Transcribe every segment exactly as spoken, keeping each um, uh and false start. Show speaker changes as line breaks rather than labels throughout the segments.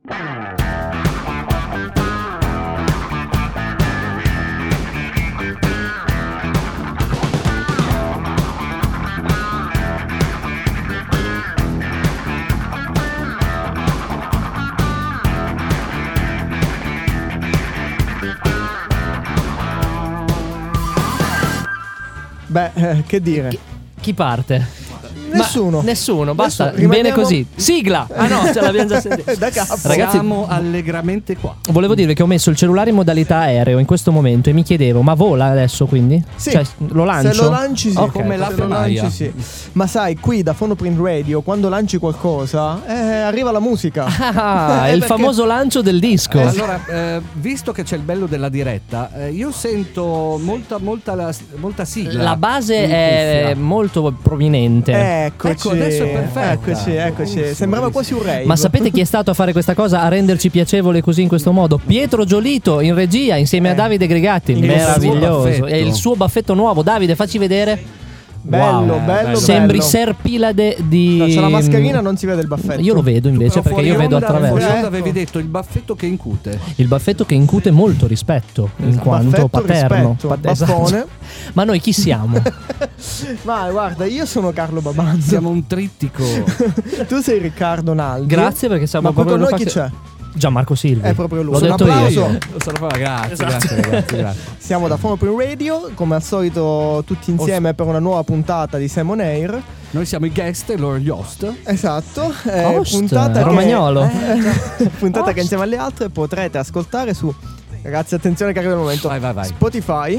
Beh, eh, che dire?
Chi, chi parte?
Nessuno.
Ma nessuno, basta.
Nessuno.
Bene
Rimaniamo...
così. Sigla. Ah no, ce l'abbiamo già sentita.
Da capo.
Ragazzi,
siamo allegramente qua.
volevo dirvi che ho messo il cellulare in modalità aereo in questo momento e mi chiedevo, ma vola adesso quindi?
Sì.
Cioè, lo lancio?
Se lo lanci sì,
Ok.
Come la
Se lo
Maia.
lanci sì. Ma sai, qui da Phonoprint Radio, quando lanci qualcosa, eh, arriva la musica.
Ah,
Eh,
è il
perché-
famoso lancio del disco.
Allora, eh, visto che c'è il bello della diretta, eh, io sento molta, molta, la- molta sigla.
La base
in
è
cuffia.
molto prominente.
Eccoci.
Ecco, adesso è perfetta.
Eccoci, eccoci.
Benissimo,
Sembrava quasi un rave.
Ma sapete chi è stato a fare questa cosa, a renderci piacevole così in questo modo? Pietro Giolito in regia insieme a
Eh.
Davide Gregatti.
Il suo
Meraviglioso.
baffetto.
E il suo baffetto nuovo. Davide, facci vedere.
Bello,
Wow.
bello,
Sembri
bello.
Ser Pilade di...
No, c'è la mascherina, non si vede il baffetto.
Io lo vedo invece
Però
perché io
fuori
vedo
onda-
attraverso.
fuori onda
Ecco.
avevi detto il baffetto che incute.
Il baffetto che incute molto rispetto, in quanto
Baffetto,
paterno.
rispetto,
Pat-
baffone.
esatto. Ma noi chi siamo?
Ma guarda, io sono Carlo Babanza.
Siamo un trittico.
Tu sei Riccardo Naldi.
Grazie perché siamo
Ma poi
proprio
con noi
non
chi
fa-
c'è?
Gianmarco Silvi.
È proprio lui.
L'ho
Un
detto
applauso.
io.
Lo sono proprio- grazie,
Esatto.
grazie, ragazzi, grazie.
Siamo da Phonoprint Radio, come al solito tutti insieme per una nuova puntata di Sam on Air.
Noi siamo i guest e loro gli host.
Esatto, eh,
Host,
puntata che,
romagnolo.
eh, puntata
Host.
che insieme alle altre potrete ascoltare su, ragazzi attenzione che arriva il momento,
Vai, vai, vai.
Spotify,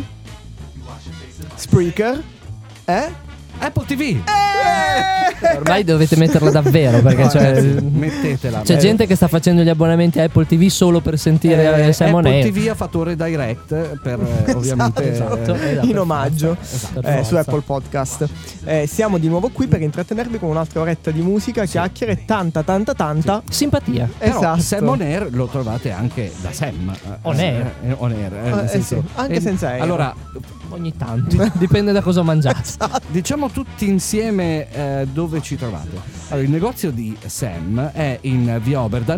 Spreaker, eh?
Apple T V.
Ormai dovete metterla davvero perché
No,
cioè,
ragazzi, mettetela.
c'è
Eh,
gente che sta facendo gli abbonamenti a Apple T V solo per sentire
eh,
Simon
Apple
Air.
T V ha fatto un redirect per eh, ovviamente
esatto,
eh,
esatto.
In omaggio
Esatto, per
eh, su
forza.
Apple Podcast. Eh, siamo di nuovo qui per intrattenervi con un'altra oretta di musica, chiacchiere e tanta tanta tanta
Simpatia.
Però
esatto.
Sam on Air lo trovate anche da Sam. eh,
On air.
eh, on air, eh,
Eh,
nel
eh
senso-
sì, anche
e-
senza air.
Allora,
Ogni tanto. Dipende da cosa mangiate.
diciamo tutti insieme eh, dove ci trovate. Allora, il negozio di Sam è in via Oberdan.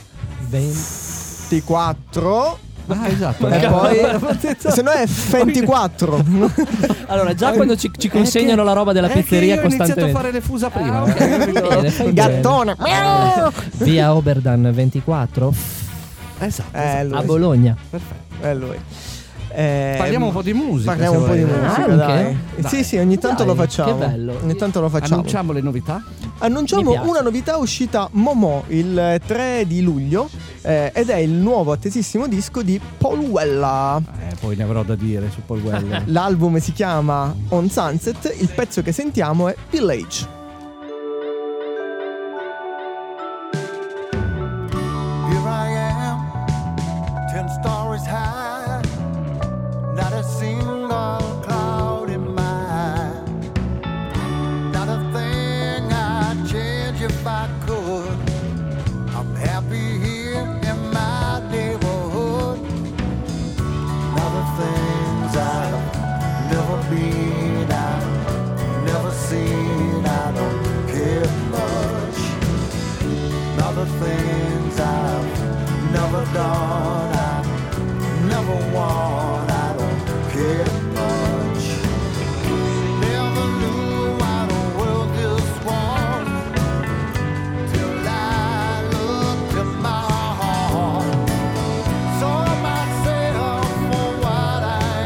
ventiquattro
Ah, esatto.
e poi se no è ventiquattro.
Allora, già quando ci, ci consegnano la roba della
È che
pizzeria
io ho iniziato a
costantemente.
fare le fusa prima.
Ah, ok, fai bene, fai
Gattone.
bene. Via Oberdan ventiquattro
Esatto.
Eh,
a
lui.
Bologna.
Perfetto.
È lui. Eh,
Parliamo un po' di musica.
Parliamo
se
un po' di
volete.
musica,
Ah, anche?
dai.
Dai.
Sì, sì, ogni tanto
Dai,
lo facciamo.
che bello.
Ogni tanto lo facciamo.
Annunciamo le novità.
Annunciamo
Mi piace.
una novità uscita Momo il tre di luglio eh, ed è il nuovo attesissimo disco di Paul Weller.
Eh, poi ne avrò da dire su Paul Weller.
L'album si chiama On Sunset, il pezzo che sentiamo è Village.
Here I am, ten stories high, not a single cloud in my eye, not a thing I'd change if I could. I'm happy here in my neighborhood, not the things I've never been, I've never seen, I don't care much. Other things I've never done, I never want, I don't care much. Never knew what the world this was till I looked in my heart. Saw myself for what I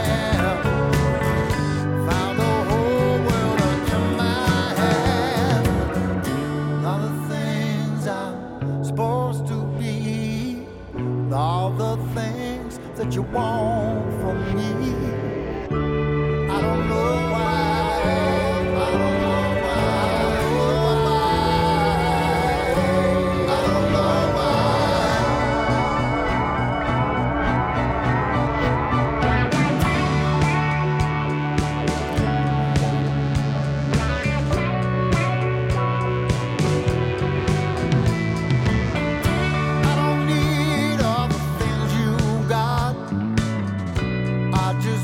am, found the whole world in my hand. Other things I'm supposed to be, all the things that you want from me. I don't know why, I don't know why, I don't know I don't need all the things you got. I just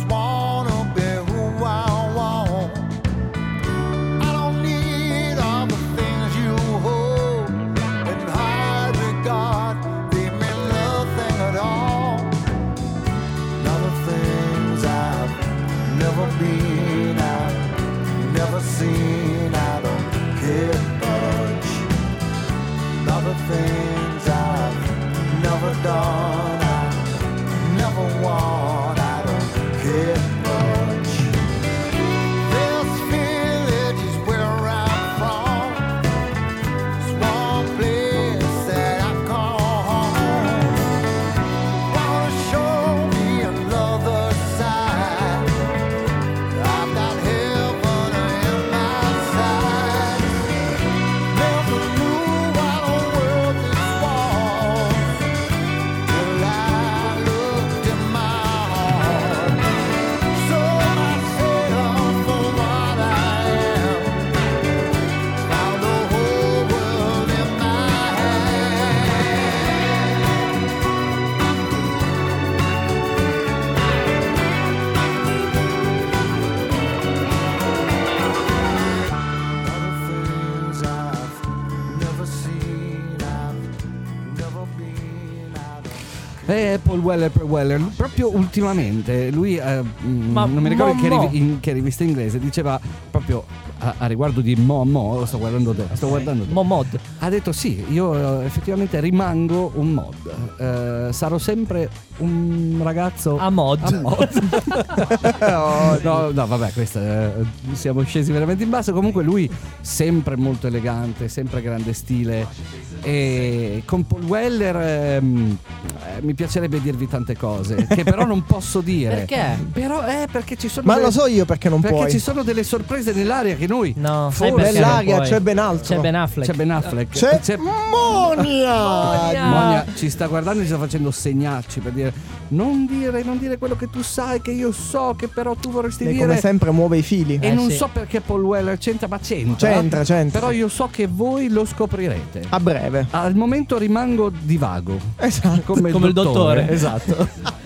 done. I never want, I don't care much. This village is where I'm from. Small place that I call home. Wanna show me another side. I've got heaven in my sight. Never knew what a world this was till I looked in my heart. Sold myself for what I am. Found the whole world in my hand. Other things I've never seen, I've never been, I don't
E Paul Weller, Paul Weller, proprio ultimamente lui, eh, mm,
Ma
non mi ricordo
mo,
che,
mo.
rivi- in che rivista inglese, diceva proprio a, a riguardo di Mo Mo, lo sto guardando te, sto guardando te.
Mo mod.
Ha detto sì, io eh, effettivamente rimango un mod, eh, sarò sempre un ragazzo
A mod.
a mod. no, no, vabbè, questa eh, siamo scesi veramente in basso. Comunque lui sempre molto elegante, sempre grande stile. E con Paul Weller ehm, eh, mi piacerebbe dirvi tante cose che però non posso dire.
Perché?
Però è perché ci sono
Ma
delle-
lo so io perché non
perché
puoi.
ci sono delle sorprese nell'aria che noi
No, sai
forse-
perché non
Nell'aria
puoi?
c'è ben altro.
C'è Ben Affleck.
c'è Ben Affleck,
C'è Monia.
Monia.
Monia ci sta guardando e ci sta facendo segnacci per dire non dire, non dire quello che tu sai, che io so, che però tu vorresti
Lei
dire.
come sempre muove i fili.
E
Eh,
non
sì.
so perché Paul Weller c'entra, ma c'entra.
C'entra, c'entra.
Però io so che voi lo scoprirete.
A breve.
Al momento rimango divago.
Esatto.
Come,
Come il dottore.
Esatto.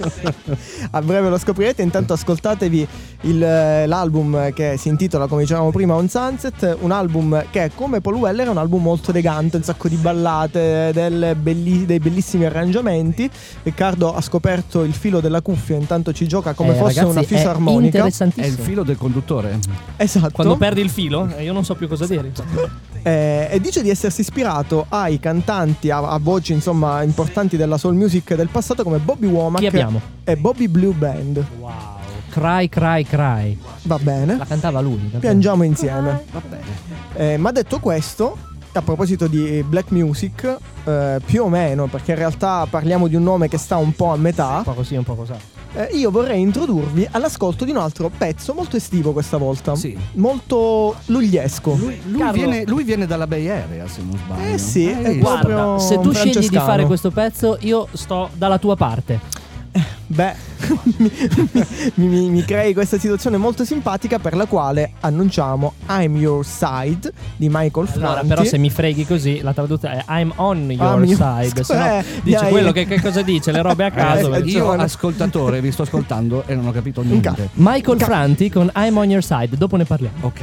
A breve lo scoprirete. Intanto ascoltatevi il, eh, l'album che si intitola, come dicevamo prima, On Sunset. Un album che, come Paul Weller, è un album molto elegante, un sacco di ballate, delle belli- dei bellissimi arrangiamenti. Riccardo ha scoperto il filo della cuffia, intanto ci gioca come
Eh,
fosse
ragazzi,
una
è
fisarmonica.
È
interessantissimo.
il filo del conduttore.
Esatto.
Quando perdi il filo, eh, io non so più cosa dire.
Eh, e dice di essersi ispirato ai cantanti a, a voci insomma importanti della soul music del passato come Bobby Womack
Chi abbiamo?
e Bobby Blue Band.
Wow. Cry, cry, cry.
Va bene,
La cantava lui. davvero.
piangiamo insieme.
Va bene.
Eh, ma detto questo, a proposito di black music, eh, più o meno, perché in realtà parliamo di un nome che sta un po' a metà,
Un po' così, un po' così.
eh, io vorrei introdurvi all'ascolto di un altro pezzo molto estivo questa volta,
Sì.
molto lugliesco.
Lui, lui
Carlo.
viene, lui viene dalla Bay Area, se non sbaglio.
Eh sì,
Hai
è
visto?
proprio
Guarda, se tu scegli di
francescano.
fare questo pezzo, io sto dalla tua parte.
Beh, mi, mi- mi- mi crei questa situazione molto simpatica per la quale annunciamo I'm Your Side di Michael Franti.
Allora, però se mi freghi così, la traduzione è I'm on your
I'm your-
side. Se no,
Eh,
dice
dai.
quello che, che cosa dice, le robe a caso.
Eh,
vedi.
Io
ragione.
ascoltatore vi sto ascoltando e non ho capito niente.
Michael Franti con I'm on your side, dopo ne parliamo.
Ok.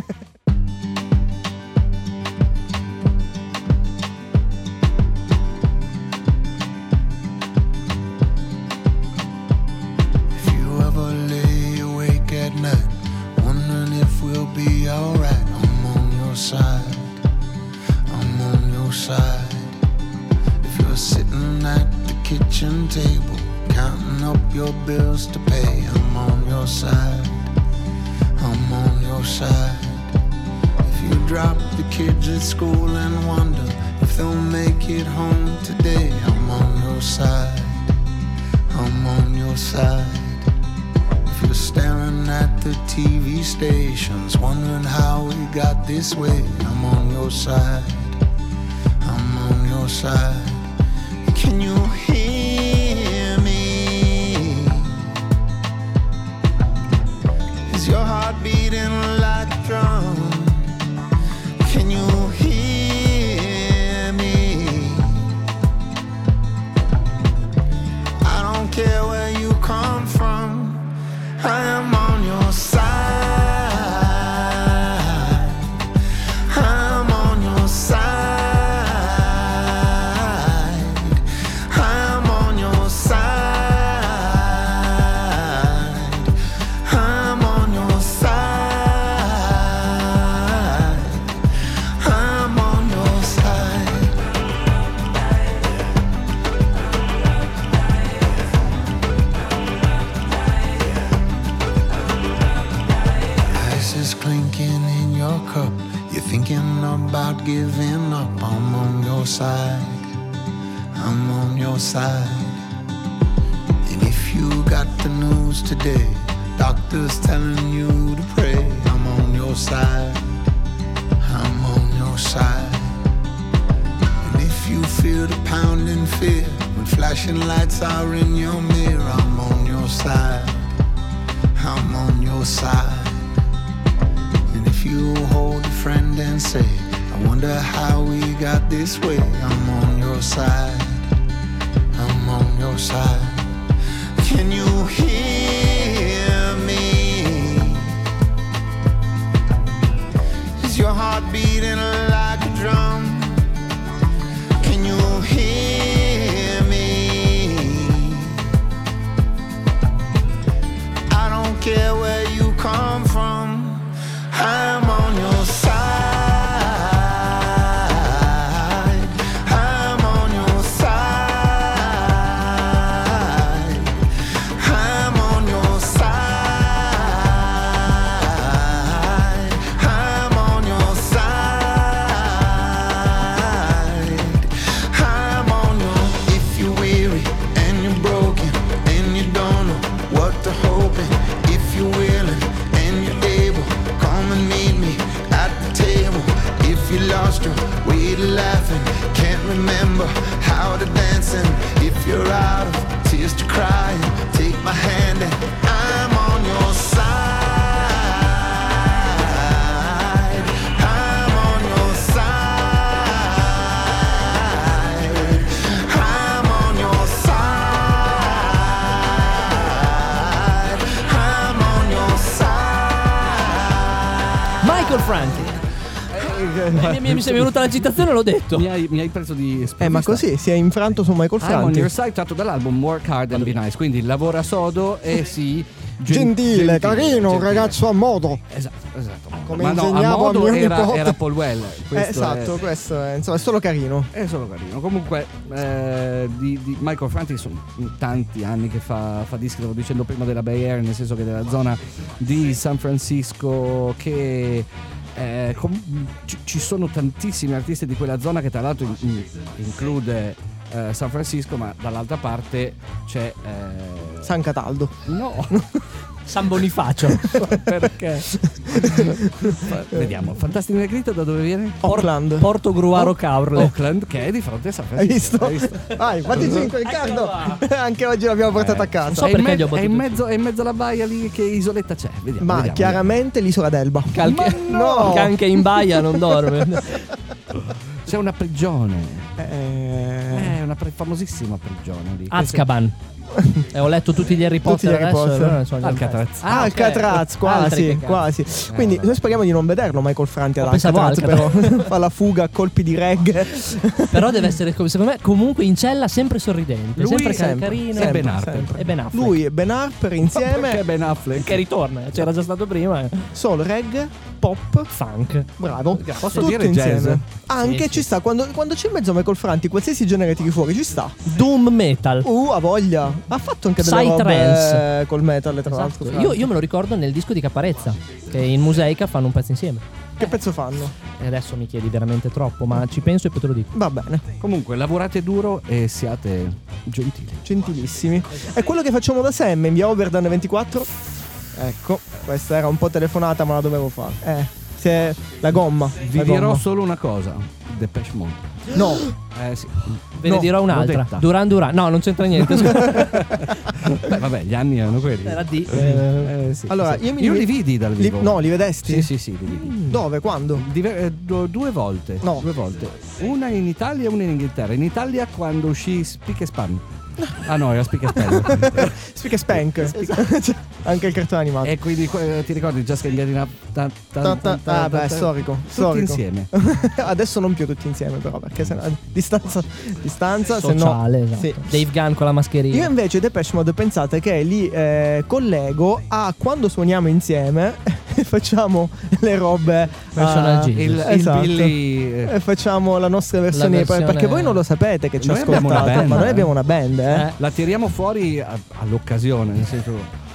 If you ever lay awake at night, wondering if we'll be alright, I'm on your side. I'm on your side. If you're sitting at the kitchen table, counting up your bills to pay, I'm on your side. I'm on your side. If you drop the kids at school and wonder if they'll make it home today, I'm on your side. I'm on your side. If you're staring at the T V stations, wondering how we got this way, I'm on your side. I'm on your side. Can you hear me? Is your heart beating like a drum? Can you hear me? I don't care where you come from, I am on your side. I'm on your side. side. I'm on your side. And if you got the news today, doctors telling you to pray, I'm on your side. I'm on your side. And if you feel the pounding fear when flashing lights are in your mirror, I'm on your side. I'm on your side. And if you hold a friend and say, I wonder how we got this way, I'm on your side. I'm on your side. Can you hear me? Is your heart beating like a drum? Can you hear me? I don't care where you come from, I'm on your side. I'm on your side. I'm on your side. I'm on your side. I'm on your. If you're weary and you're broken and you don't know what to hope in, if you're willing and you're able, come and meet me at the table. If you lost your way to laughing, can't remember how to dancing, if you're out of tears to crying, take my hand and I'm on your side. I'm on your side. I'm on your side. I'm on your side.
Michael Franti. Eh, mi, mi, mi è venuta l'agitazione, l'ho detto.
Mi hai, mi hai preso di
Eh, ma così si è infranto su Michael
I'm on
Franti.
your side, tratto dall'album Work Hard and Be Nice. Quindi lavora sodo e sì, gen-
Gentile, carino, un
gentile.
ragazzo a modo.
Esatto, esatto.
Come
Ma no, a
insegnavo a
modo
mio
era,
nipote.
era Paul Weller.
Eh,
Questo
esatto,
è,
questo è, insomma, è solo carino.
è solo carino. Comunque, eh, di, di Michael Franti sono tanti anni che fa, fa dischi, stavo dicendo prima della Bay Area, nel senso che della zona di San Francisco, che eh, com- ci, ci sono tantissimi artisti di quella zona, che tra l'altro in- in- include eh, San Francisco, ma dall'altra parte c'è eh,
San Cataldo.
no
San Bonifacio.
perché vediamo Fantastico Negrito da dove viene?
Auckland.
Porto Gruaro Caorle.
Auckland, che è di fronte a San
Hai
Francisco.
visto? Vai, fatti cinque, Riccardo. Anche oggi l'abbiamo portato a casa.
so
è, in
perché
me-
gli ho
è
battuto
in mezzo, è in mezzo alla baia lì, che isoletta c'è? Vediamo,
Ma
vediamo,
chiaramente l'isola d'Elba.
Calche-
no!
Che anche in baia non dorme.
vediamo. C'è una prigione,
Eh,
è una pre- famosissima prigione lì.
Azkaban. E ho letto tutti gli Harry
Tutti
Potter
gli Harry
adesso,
Potter.
allora non so,
Alcatraz.
Ah,
ok.
Alcatraz,
Altri
quasi,
che cazzo.
quasi. Quindi
vabbè.
noi speriamo di non vederlo Michael Franti ad
Ma pensavo
Alcatraz,
Alcatraz.
però fa la fuga a colpi di reggae.
Però deve essere, come- secondo me, comunque in cella sempre sorridente.
Lui
sempre
sempre,
carino.
sempre. Ben
sempre,
Harper.
sempre.
E Ben Affleck.
Lui e Ben Harper
Perché
insieme,
Ben Affleck?
che ritorna, c'era già stato prima. eh.
solo reggae, pop,
Funk.
bravo.
Posso
Tutto
dire
insieme.
jazz?
Anche
Sì,
ci
sì.
sta, quando, quando c'è in mezzo Michael Franti, qualsiasi genere tiri fuori, ci sta.
Doom metal.
Uh, ha voglia. Ha fatto anche delle
Psytrance.
robe eh, col metal, tra
Esatto.
l'altro.
Io, io me lo ricordo nel disco di Caparezza, che in Museica fanno un pezzo insieme.
Che pezzo fanno?
E adesso mi chiedi veramente troppo, ma ci penso e poi te lo dico.
Va bene,
Comunque, lavorate duro e siate gentili.
gentilissimi. È quello che facciamo da sempre in via Oberdan ventiquattro. Ecco, questa era un po' telefonata, ma la dovevo fare. Eh, se è la gomma.
Vi
la
dirò
gomma.
solo una cosa: Depeche Mode.
No,
Eh sì.
Ve
No,
ne dirò un'altra.
l'ho detta.
Duran Duran. No, non c'entra niente.
Beh, vabbè, gli anni erano quelli.
Era di.
Eh, sì,
allora
sì.
io mi
Io li vidi dal
li-
vivo.
no, li vedesti?
Sì, sì, sì, li vidi.
Dove? Quando?
Diver- eh, du- due volte.
No.
Due volte. Una in Italia e una in Inghilterra. In Italia quando uscì Speak e Span. Ah no, era Speak e Span.
Speak e Spank. Cioè, anche il cartone animato.
E quindi eh, ti ricordi già Getting Up? Ta- ta-
Ta- ta-
ta- ta-
ah, beh,
ta-
storico.
Tutti
storico.
insieme.
Adesso non più tutti insieme, però, perché se no distanza, distanza se no.
Sociale, esatto.
Sì.
Dave Gunn con la mascherina.
Io invece Depeche Mode pensate che li eh, collego a quando suoniamo insieme e facciamo le robe
Personal
a-
Jesus.
Il, il
Esatto.
Billy. eh,
E facciamo la nostra versione,
versione-
perché voi non lo sapete che ci
Noi abbiamo
ascoltate,
una band,
ma noi
eh.
abbiamo una band, eh.
Eh.
La tiriamo fuori a- all'occasione, nel senso.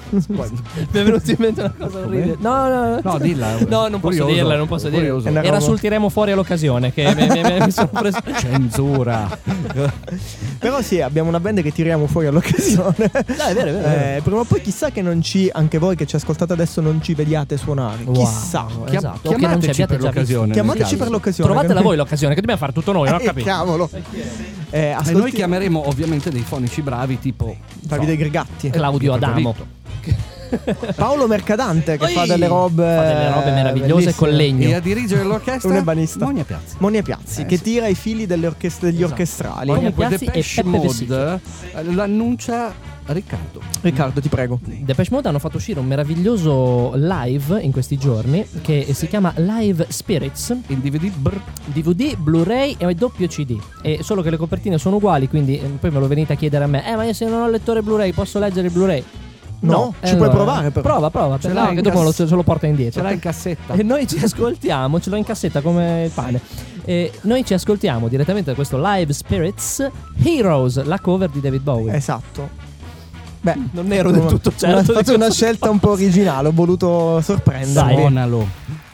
Mi è venuto in mente una cosa orribile. No, no, no.
No, dilla.
No, non posso
Curioso,
dirla, non posso dirla.
curioso.
È una
Era
roba-
sul tiremo fuori all'occasione che mi, mi- mi- mi sono preso.
Censura.
Però sì, abbiamo una band che tiriamo fuori all'occasione.
Dai, è vero, è vero, è vero.
Eh, prima o poi chissà che non ci, anche voi che ci ascoltate adesso, non ci vediate suonare.
Wow,
Chissà.
esatto.
Chiam-
O che non ci
chiamateci
abbiate
per
già
l'occasione. nel
Chiamateci
caso.
per l'occasione.
Trovatela voi l'occasione, che dobbiamo fare tutto noi, non ho
Eh,
capito.
cavolo. Eh,
E
ascolti-
noi chiameremo ovviamente dei fonici bravi tipo
Davide Gregatti.
Claudio Adamo.
Paolo Mercadante che
Oi!
fa delle robe
Fa delle robe meravigliose
bellissime.
con legno.
E a dirigere l'orchestra
Un ebanista.
Monia Piazzi.
Monia Piazzi,
Eh,
che
sì.
tira i fili delle orchestre, degli
Esatto.
orchestrali.
Monia
Comunque
Piazzi e
Depeche
Peppe
Mode eh, l'annuncia Riccardo.
Riccardo, ti prego.
Depeche Mode hanno fatto uscire un meraviglioso live in questi giorni che si chiama Live Spirits,
In D V D brr.
D V D, Blu-ray e doppio C D. E solo che le copertine sono uguali, quindi eh, poi me lo venite a chiedere a me. Eh, ma io se non ho il lettore Blu-ray posso leggere il Blu-ray?
No, ci
Eh,
puoi
allora,
provare però.
Prova, prova,
Ce
per-
l'hai
no,
in
che dopo
cass-
lo- se lo porta indietro.
Ce l'hai in cassetta.
E noi ci ascoltiamo, ce l'ho in cassetta come il pane. E noi ci ascoltiamo direttamente da questo Live Spirits Heroes, la cover di David Bowie.
Esatto. Beh,
Non ero del tutto certo.
Ho
di
fatto una
cosa
scelta un po' originale, ho voluto sorprendervi.
Suonalo.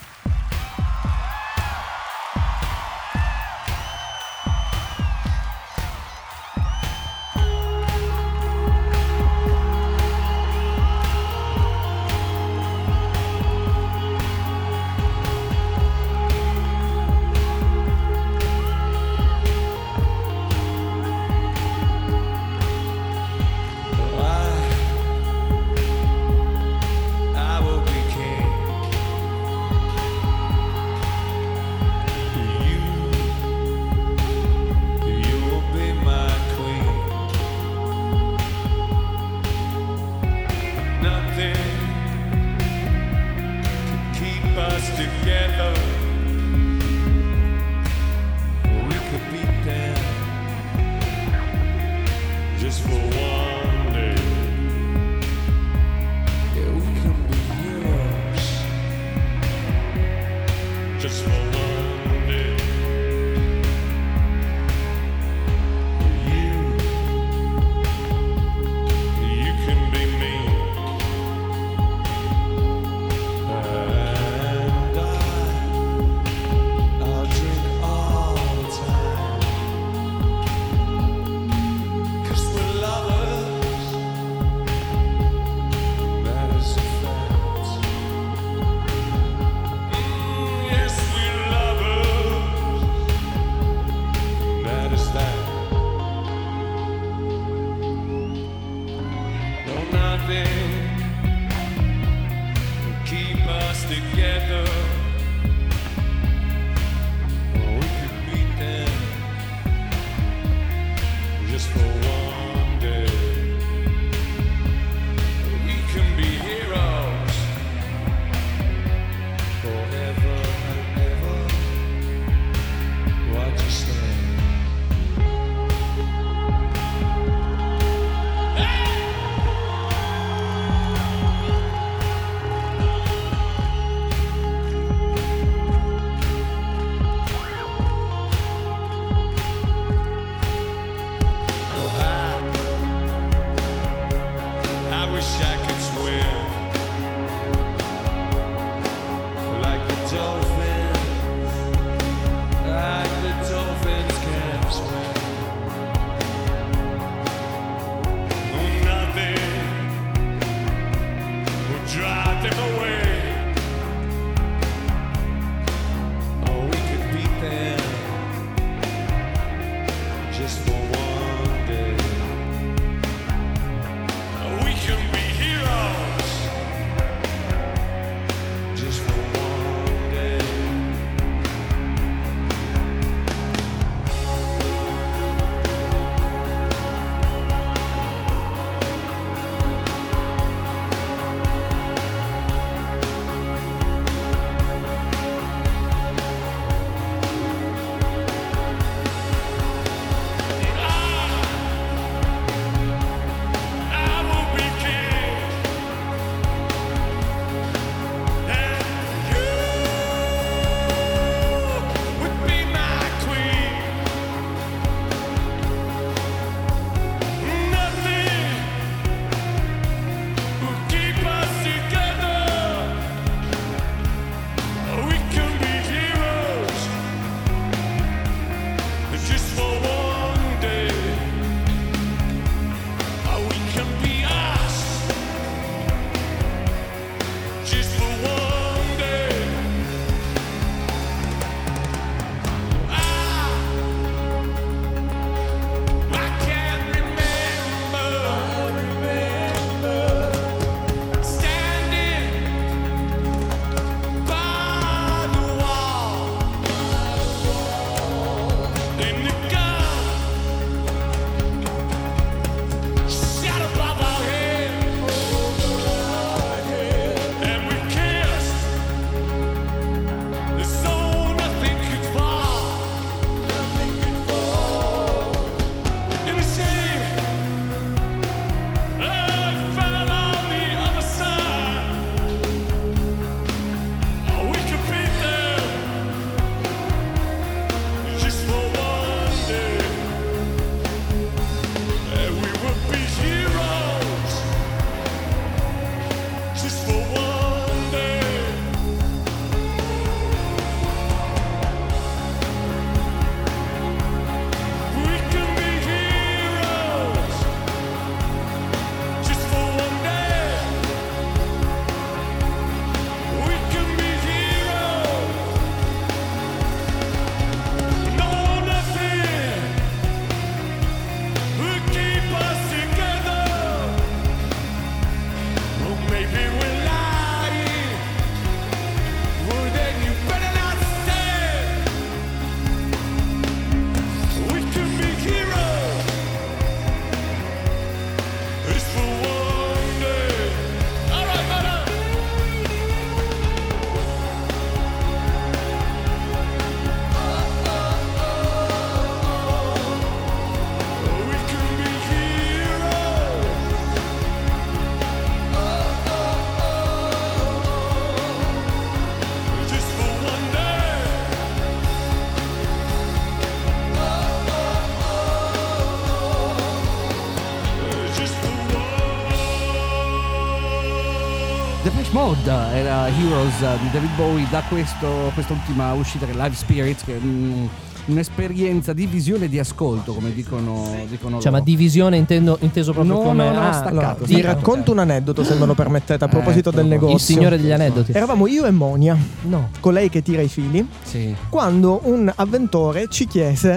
I will be king. You, you will be my queen. Nothing can keep us together. We could beat them just for one day. Yeah, we can be heroes just for one day. You, you can be me, and I, I'll drink all the time. 'Cause we're lovers, that is a fact. Mm, yes, we're lovers, that is that. No, nothing can keep us together. We could beat them just for one day. We can be heroes forever and ever. What you say?
Depeche Mode era Heroes di David Bowie, da questo, quest'ultima uscita che è Live Spirits, che è mm, un'esperienza di visione e di ascolto, come dicono, dicono
Cioè,
loro.
ma divisione intendo, inteso proprio
No,
come
no, no,
ah,
staccato.
Allora,
Sì,
vi
ecco.
racconto un aneddoto, se me lo permettete, a proposito
Eh,
del
proprio.
negozio.
il signore degli aneddoti.
Eravamo io e Monia,
No.
colei che tira i fili,
Sì.
quando un avventore ci chiese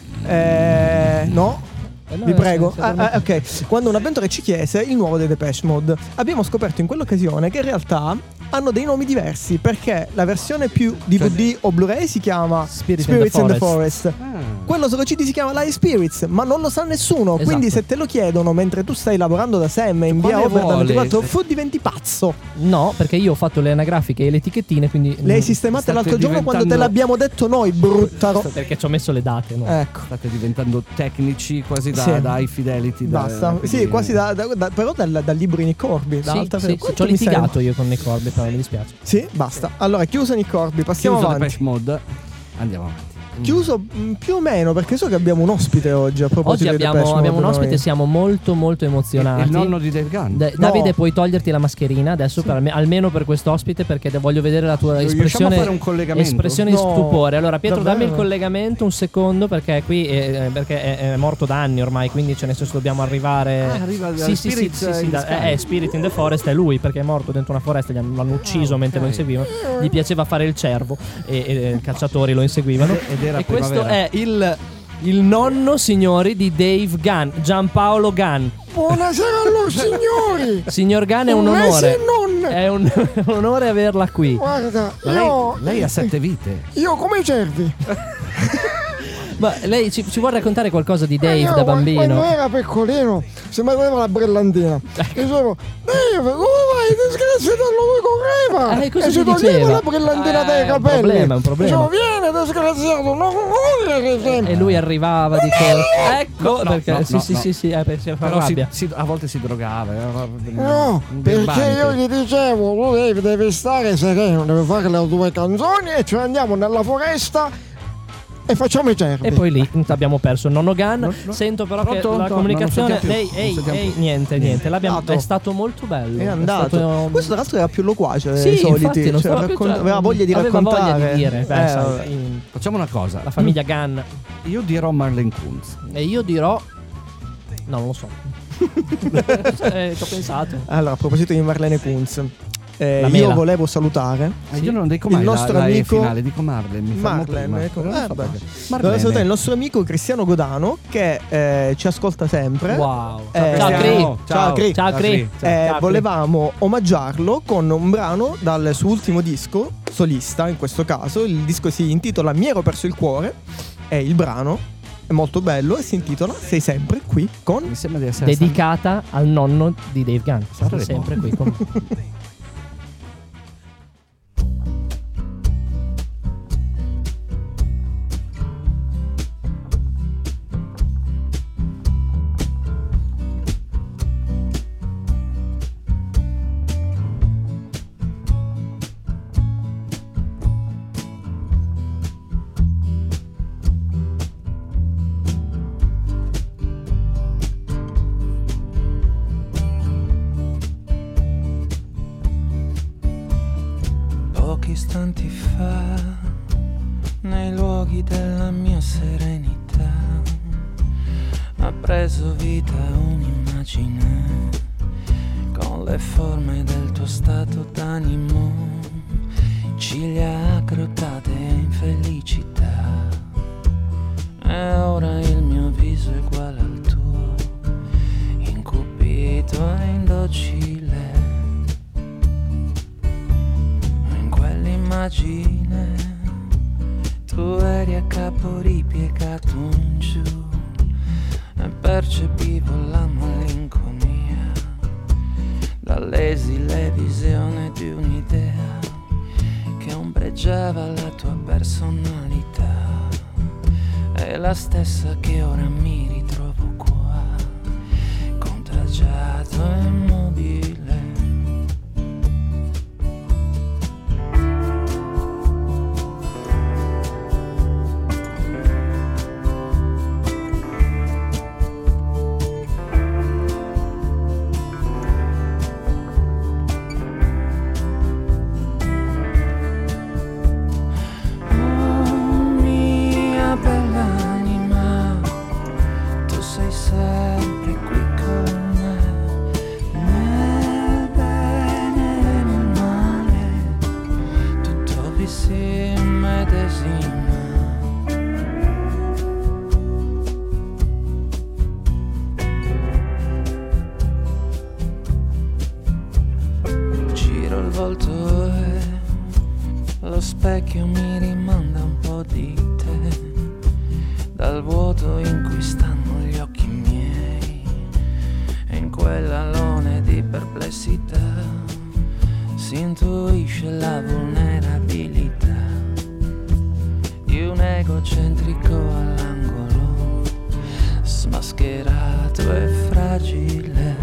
eh, no
Eh, no,
vi
eh,
prego.
se- se
Ah,
dormo-
ah, ok. Quando un avventore ci chiese il nuovo dei Depeche Mode, abbiamo scoperto in quell'occasione che in realtà hanno dei nomi diversi, perché la versione più D V D o Blu-ray si chiama
Spirit
Spirits
in
in
the
the Forest.
Ah.
Quello solo C D si chiama Live Spirits, ma non lo sa nessuno.
Esatto.
Quindi se te lo chiedono mentre tu stai lavorando da Sam in via
quale
Over da
vuole?
ventiquattro, fu diventi pazzo.
No, perché io ho fatto le anagrafiche e le etichettine, quindi
Le hai
mm,
sistemate
state
l'altro giorno quando te
diventando-
l'abbiamo detto noi, brutta ro-
perché ci ho messo le date, no?
Ecco.
State diventando tecnici quasi da,
Sì.
da high fidelity. da-
Basta,
quindi-
sì, quasi da, da- da- però dal, dal libro di Nick Corby. Da
Sì,
alta
sì, sì,
quanto
ci ho
mi sei-
litigato io con Nick Corby, però mi dispiace.
Sì, basta. Allora, chiuso Nick Corby, passiamo
Chiuso
avanti.
Depeche Mode, andiamo avanti.
Chiuso mh, più o meno, perché so che abbiamo un ospite oggi. A proposito
Oggi
di
abbiamo,
Depeche
abbiamo un
Mode,
ospite,
noi.
siamo molto molto emozionati.
Il nonno di Dave Gunn.
Da-
No.
Davide, puoi toglierti la mascherina adesso, per alme- almeno per quest'ospite, perché te- voglio vedere la tua
Riusciamo
espressione.
a fare un collegamento?
Espressione
No,
di stupore. Allora, Pietro,
davvero?
dammi il collegamento un secondo, perché qui eh, perché è, è morto da anni ormai, quindi cioè, nel senso dobbiamo arrivare.
Ah, arriva da
sì, sì, sì,
Spirits
sì, sì,
in
da-
the Sky.
eh, eh, Spirit in the Forest è lui, perché è morto dentro una foresta, gli hanno, l'hanno ucciso
Ah,
mentre lo
ok.
inseguivano. Gli piaceva fare il cervo e, e i cacciatori lo inseguivano.
Ed era
e questo
primavera.
è il il nonno, signori, di Dave Gunn, Giampaolo Gunn.
Buonasera allora signori.
Signor Gunn, è un
Lei
onore.
sì, non.
È un un onore averla qui.
Guarda,
Ma lei,
io,
lei ha sette vite.
io come i cervi.
Ma lei ci, ci vuol raccontare qualcosa di Dave
Io,
da
Quando
bambino?
era piccolino si metteva la brillantina. Dicevo, Dave, come vai? Disgraziato, lui correva.
Eh, cosa
e
ti
si toglieva
diceva?
la brillantina
Eh,
dai
un
capelli.
problema, è un problema.
Dicevo, vieni disgraziato, non correre sempre.
E lui arrivava di corsa. Ecco,
No, no,
perché
no,
sì,
no,
sì,
no.
sì, sì, eh, perché si fa
Però si,
rabbia.
si- a volte si drogava. era-
No,
un
perché
birbante.
io gli dicevo, tu Dave devi stare sereno, devi fare le tue canzoni e ci andiamo nella foresta e facciamo i cervi.
E poi lì abbiamo perso il nonno Gunn.
No, no.
Sento però
Pronto?
che la
No,
comunicazione.
non lo sentiamo
Ehi,
più,
ehi,
non sentiamo
ehi,
più.
niente, niente. L'abbiamo,
Andato.
è stato molto bello.
È andato.
stato-
Questo tra l'altro era più loquace
Sì,
dei soliti.
infatti, non
cioè,
stava più-
raccon-
cioè,
aveva voglia di
aveva
raccontare.
voglia di dire. Beh,
Eh,
sai,
vabbè.
in-
Facciamo una cosa.
la famiglia Gunn.
Io dirò Marlene Kunz.
E io dirò. No, non lo so. eh, ci ho pensato.
Allora, a proposito di Marlene Kunz, eh,
La
io
mela.
volevo salutare
Ma io non dico mai
il
la-
nostro
la, E
amico
finale, dico Marlene. Mi fa molto
Marlene,
rimane.
ecco,
Non
eh,
so
vabbè.
perché.
Volevo
Marlene.
salutare il nostro amico Cristiano Godano che eh, ci ascolta sempre.
Wow.
Eh,
Ciao,
Cristiano.
Cri.
Ciao, Cri.
Ciao, Cri.
Eh,
Ciao, Cri.
volevamo omaggiarlo con un brano dal suo ultimo disco, solista in questo caso. Il disco si intitola Mi ero perso il cuore e il brano è molto bello e si intitola Sei sempre qui con...
Mi sembra di essere
Dedicata al nonno di Dave Gunn.
Saremo.
Sempre qui con.
Pochi istanti fa, nei luoghi della mia serenità, ha preso vita un'immagine con le forme del tuo stato d'animo, ciglia accrottate in felicità. E ora il mio viso è uguale al tuo, incupito e indocile. In quell'immagine tu eri a capo ripiegato in giù e percepivo la malinconia dall'esile visione di un'idea che ombreggiava la tua personalità. È la stessa che ora mi ritrovo qua, contagiato e immobile. volto e lo specchio mi rimanda un po' di te, dal vuoto in cui stanno gli occhi miei, e in quell'alone di perplessità si intuisce la vulnerabilità di un egocentrico all'angolo, smascherato e fragile.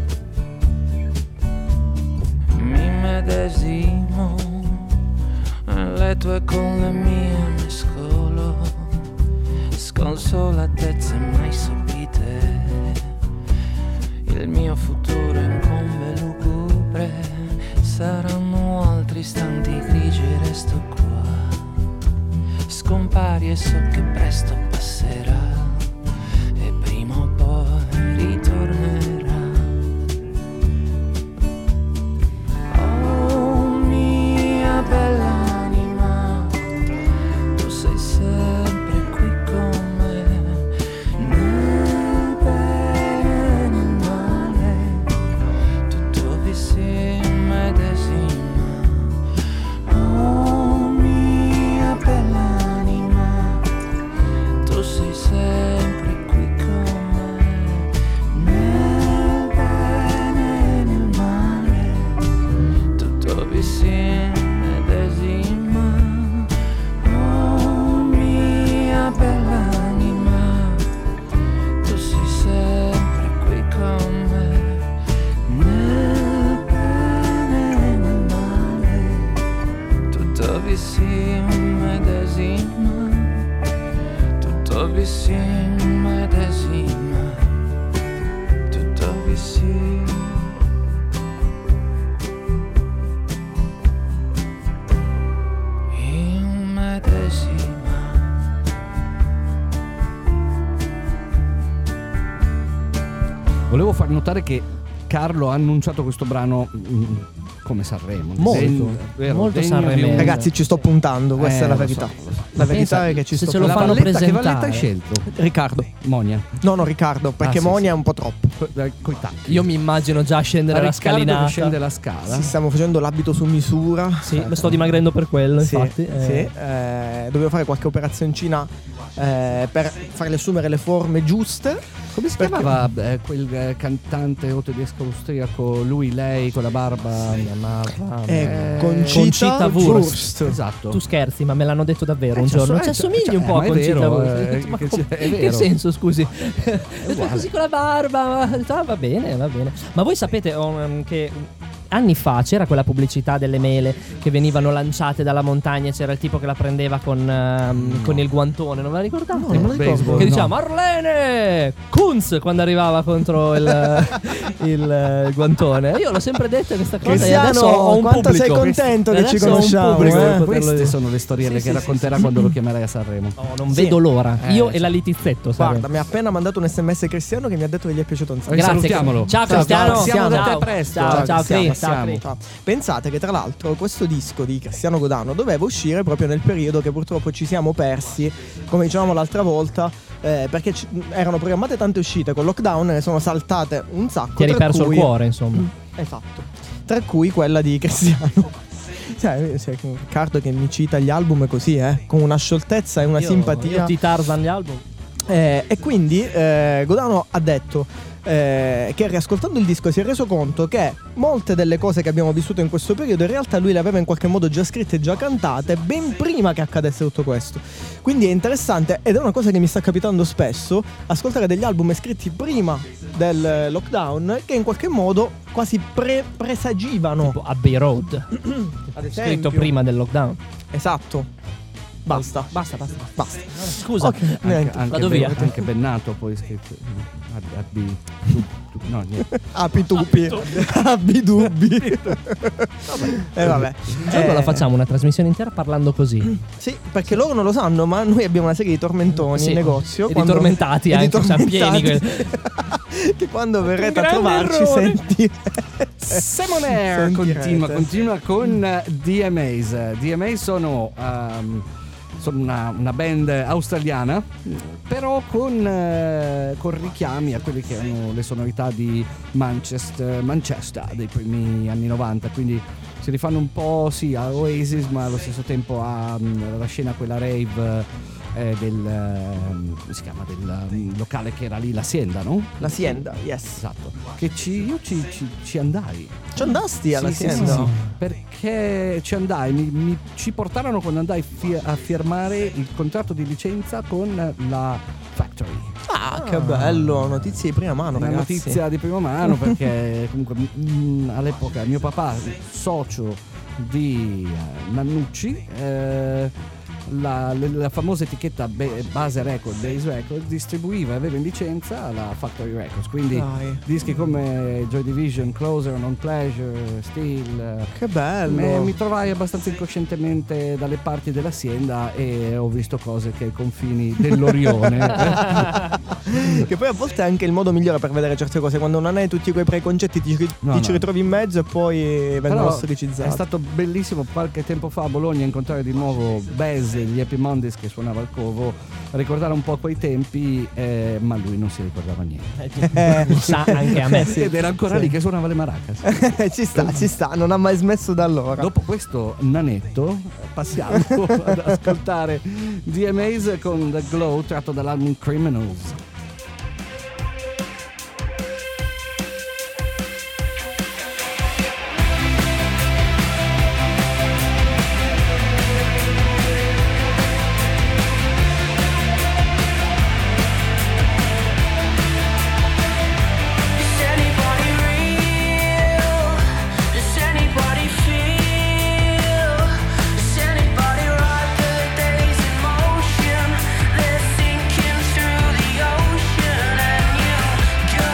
Mi medesimo nelle tue con le mie mescolo, sconsolatezze mai sopite, il mio futuro incombe lugubre, saranno altri istanti grigi, resto qua, scompari e so che presto passerà e prima o poi ritornerà. Oh mia bella anima, tu sei sempre qui con me, nel bene e nel male, tu dove si medesima. Oh mia bella anima, tu sei sempre qui con me, nel bene e nel male, tu dove si medesima. Oh mia bella anima, tu sei sempre qui con me, nel bene e nel male, tu dove si medesima, tu dove si medesima, tu dove si medesima.
Volevo far notare che Carlo ha annunciato questo brano mm, come Sanremo.
Molto,
Degno- vero,
molto
degno di un-
sanremese.
Ragazzi, ci sto puntando, questa
Eh,
è la
lo
verità.
so, lo so.
La verità
Pensa,
è che ci
se
sto
ce lo
La
fanno
valletta, che
presentare.
valletta hai scelto?
Riccardo.
Monia.
No, no, Riccardo, perché
Ah, sì,
Monia
sì.
è un po' troppo.
Coi- coi tacchi.
Io mi immagino già scendere
A
la
Riccardo che
scalinata.
scende la scala.
Sì, stiamo facendo l'abito su misura.
Sì, mi sto dimagrendo per quello,
Sì,
infatti. eh.
sì, eh, dovevo fare qualche operazioncina eh, per farle assumere le forme giuste.
Come si
Perché-
chiamava eh, quel eh, cantante o tedesco austriaco? Lui, lei, con la barba.
chiamava-
Eh,
Eh,
Concita,
Concita Wurst.
Wurst.
Esatto.
Tu scherzi, ma me l'hanno detto davvero
Eh,
un
c'ha
giorno.
so-
Ci
eh,
assomigli
c'ha-
un po'
eh,
a
ma è
Concita
vero,
Wurst.
eh,
Ma
che-
come-
è
che
vero.
senso, scusi?
uguale.
Così con la barba. Ma, ah, va bene, va bene. Ma voi sapete um, che anni fa c'era quella pubblicità delle mele che venivano lanciate dalla montagna, c'era il tipo che la prendeva con, um, con il guantone, non ve la ricordate?
No, non me la ricordo.
Baseball,
Che
no.
diceva Marlene Kunz quando arrivava contro il, il, eh, guantone. Io l'ho sempre detto questa cosa e adesso ho
Cristiano,
un
quanto
pubblico.
sei contento che
Adesso
ci
ho un
conosciamo,
pubblico
eh?
per poterlo
Queste
dire.
sono le storielle
Sì,
che
sì,
racconterà
sì,
quando lo chiamerai a Sanremo.
Oh, non
Sì.
vedo l'ora.
Eh,
Io
sì.
e la Litizzetto.
Guarda,
sai?
mi ha appena mandato un sms Cristiano che mi ha detto che gli è piaciuto un sacco.
Eh, salutiamolo.
Ciao
Ciao,
Cristiano.
ciao, siamo
da te
Ciao.
presto.
Ciao,
Ciao,
ciao,
Cristiano,
Cri, ciao,
siamo.
Cri.
Ah, pensate che tra l'altro questo disco di Cristiano Godano doveva uscire proprio nel periodo che purtroppo ci siamo persi, come dicevamo l'altra volta, eh, perché ci- erano programmate tante uscite con lockdown, ne sono saltate un sacco.
Ti eri
tra
perso
cui-
il cuore, insomma.
Esatto. Tra cui quella di Cristiano. Sai, sai, Riccardo che mi cita gli album così, eh, con una scioltezza e una
Io-
simpatia.
Io ti Tarzan gli album.
Eh, e quindi eh, Godano ha detto eh, che riascoltando il disco si è reso conto che molte delle cose che abbiamo vissuto in questo periodo in realtà lui le aveva in qualche modo già scritte e già cantate ben prima che accadesse tutto questo. Quindi è interessante ed è una cosa che mi sta capitando spesso, ascoltare degli album scritti prima del lockdown che in qualche modo quasi pre- presagivano.
Tipo Abbey Road.
Ad
Scritto
esempio.
prima del lockdown.
Esatto. Basta.
Basta, basta.
Basta.
Scusa.
Ok,
Anche,
niente.
anche,
Vado
ben,
via.
anche Bennato poi scritto Ab- Abbi tu- tu- no niente.
Api tupi. Abbi dubbi. E vabbè.
Un giorno
Eh,
la facciamo una trasmissione intera parlando così.
Sì, perché loro non lo sanno, ma noi abbiamo una serie di tormentoni
Sì.
in negozio.
E di tormentati
e di
anche, siamo
tormentati.
pieni
Che quando verrete a
grande
trovarci
errore.
sentire.
Simon Air
Sentirete.
continua, continua con uh, D M As. D M A sono um, sono una, una band australiana, però con, eh, con richiami a quelle che erano le sonorità di Manchester, Manchester dei primi anni novanta, quindi si rifanno un po' sì a Oasis, ma allo stesso tempo alla scena quella rave eh, del eh, come si chiama, del um, locale che era lì, l'Hacienda, no?
L'Hacienda, yes.
Esatto. Che ci, io ci, ci, ci andai.
Ci andasti
Sì,
all'Hacienda?
sì, sì, sì. Perché ci andai, mi, mi- ci portarono quando andai fi- a firmare il contratto di licenza con la Factory.
Ah, che bello, notizie di prima mano,
Una
ragazzi.
notizia di prima mano perché comunque mm, all'epoca mio papà, socio di eh, Nannucci, eh, la, le- la famosa etichetta Be- Base Record, Base Record, distribuiva e aveva in licenza la Factory Records, quindi
Dai.
dischi come Joy Division, Closer, Non Pleasure, Steel.
Che bello.
Me- mi trovai abbastanza incoscientemente dalle parti dell'Hacienda e ho visto cose che ai confini dell'Orione.
Che poi a volte è anche il modo migliore per vedere certe cose. Quando non hai tutti quei preconcetti ti, ti
No,
ci
no.
ritrovi in mezzo e poi vengono
Però
storicizzati.
è stato bellissimo qualche tempo fa a Bologna incontrare di nuovo Bez e gli Happy Mondays che suonava al Covo, ricordare un po' quei tempi, eh, ma lui non si ricordava niente.
Eh, sa anche a me.
Ed era ancora
sì.
lì che suonava le maracas.
Ci sta, ci sta, non ha mai smesso da allora.
Dopo questo nanetto passiamo ad ascoltare D M As con The Glow tratto dall'album Criminals.
Is anybody real? Does anybody feel? Does anybody ride the days in motion? They're sinking through the ocean and you go.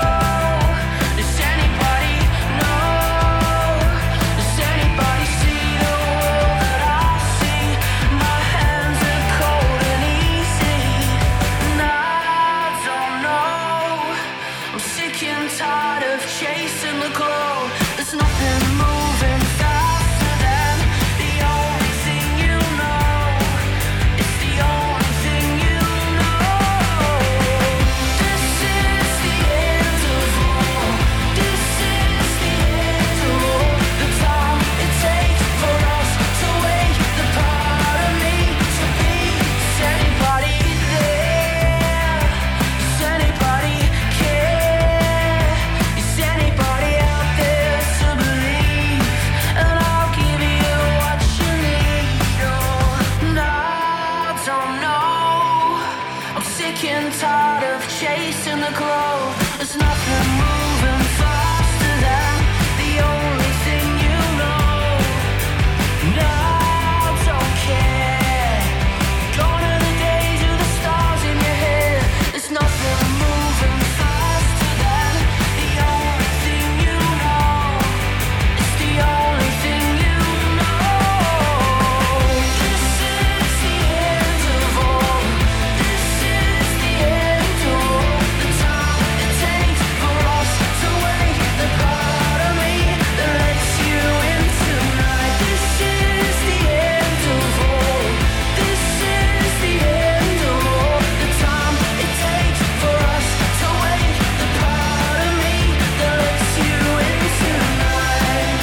Does anybody know? Does anybody see the world that I see? My hands are cold and easy. And I don't know. I'm sick and tired of chasing the glow. There's nothing moving faster than the only thing you know. It's the only thing you know. This is the end of all. This is the end of all. The time it takes for us to wake the part of me to be. Is anybody there? Does anybody care? Is anybody out there to believe? And I'll give you what you need. Oh, and I don't know. I'm sick and tired of chasing the glow. There's nothing moving faster than the only thing you know. And I don't care. Gone are the days of the stars in your head. There's nothing moving faster than the only thing you know. It's the only thing you know. This is the end of all. This is the end of all. The time it takes for us to wake the part of me that lets you in tonight. This is the end of all. This is the end of all. The time it takes for us to wake the part of me that lets you in tonight.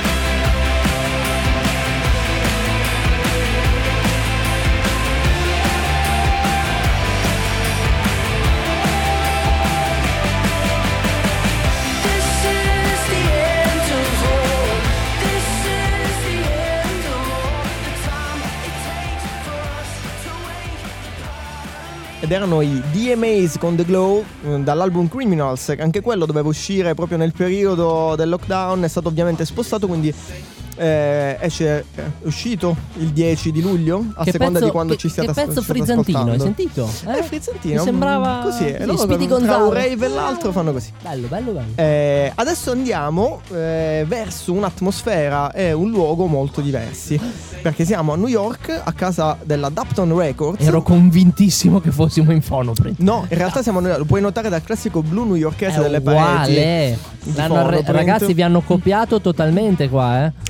This is the end of all. This is the end of all. The time it takes for us to wake the part of me.
Ed erano i D M As con The Glow eh, dall'album Criminals, che anche quello doveva uscire proprio nel periodo del lockdown, è stato ovviamente spostato, quindi eh, esce, è uscito il dieci di luglio, a
Che
seconda
pezzo-
di quando
che-
ci stiate
che pezzo
ci state
frizzantino, hai
ascoltando.
sentito?
Eh, frizzantino.
Mi sembrava
così,
così,
e loro
Speedy
tra un
Gonzalo.
rave e l'altro fanno così.
Bello, bello, bello.
Eh, adesso andiamo eh, verso un'atmosfera e un luogo molto diversi, perché siamo a New York, a casa della Dapton Records.
Ero convintissimo che fossimo in Fonoprint.
No, in realtà siamo a New York, lo puoi notare dal classico blu newyorkese
È
delle pareti.
uguale.
di
L'hanno arre-
Fonoprint.
ragazzi, vi hanno copiato totalmente qua, eh.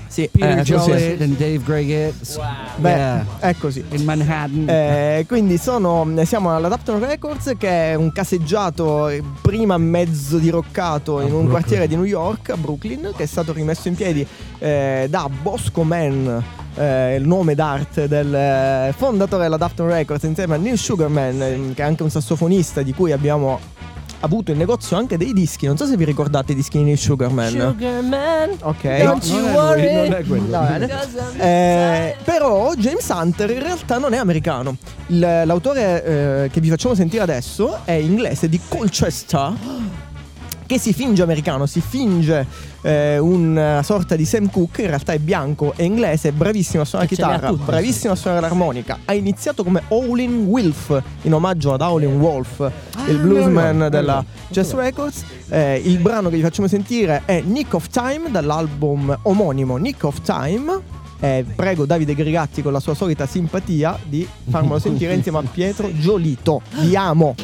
Sì,
Peter
eh, così.
Joliet and Dave Greggett.
Beh,
Yeah.
è così.
In Manhattan.
Eh, quindi sono, siamo alla Dapton Records, che è un caseggiato eh, prima mezzo diroccato in un
Brooklyn.
quartiere di New York, a Brooklyn, che è stato rimesso in piedi eh, da Bosco Man, eh, il nome d'arte del eh, fondatore della Dapton Records, insieme a Neil Sugarman, eh, che è anche un sassofonista di cui abbiamo avuto in negozio anche dei dischi. Non so se vi ricordate i dischi di Neil Sugarman.
Sugarman.
Ok.
Don't you
non è lui,
worry.
non è quello.
Va bene. Eh, però James Hunter in realtà non è americano. Il- l'autore eh, che vi facciamo sentire adesso è inglese, di Colchester, che si finge americano, si finge eh, una sorta di Sam Cooke. In realtà è bianco, è inglese, è bravissimo a suonare
E ce le ha
chitarra,
tutte,
bravissimo a suonare l'armonica. Ha iniziato come Howlin' Wolf, in omaggio ad Howlin' Wolf, il bluesman
no,
della
no.
Jazz Records. Eh, il brano che vi facciamo sentire è Nick of Time, dall'album omonimo Nick of Time. Eh, prego Davide Grigatti, con la sua solita simpatia, di farmelo sentire insieme a Pietro Giolito. Vi amo.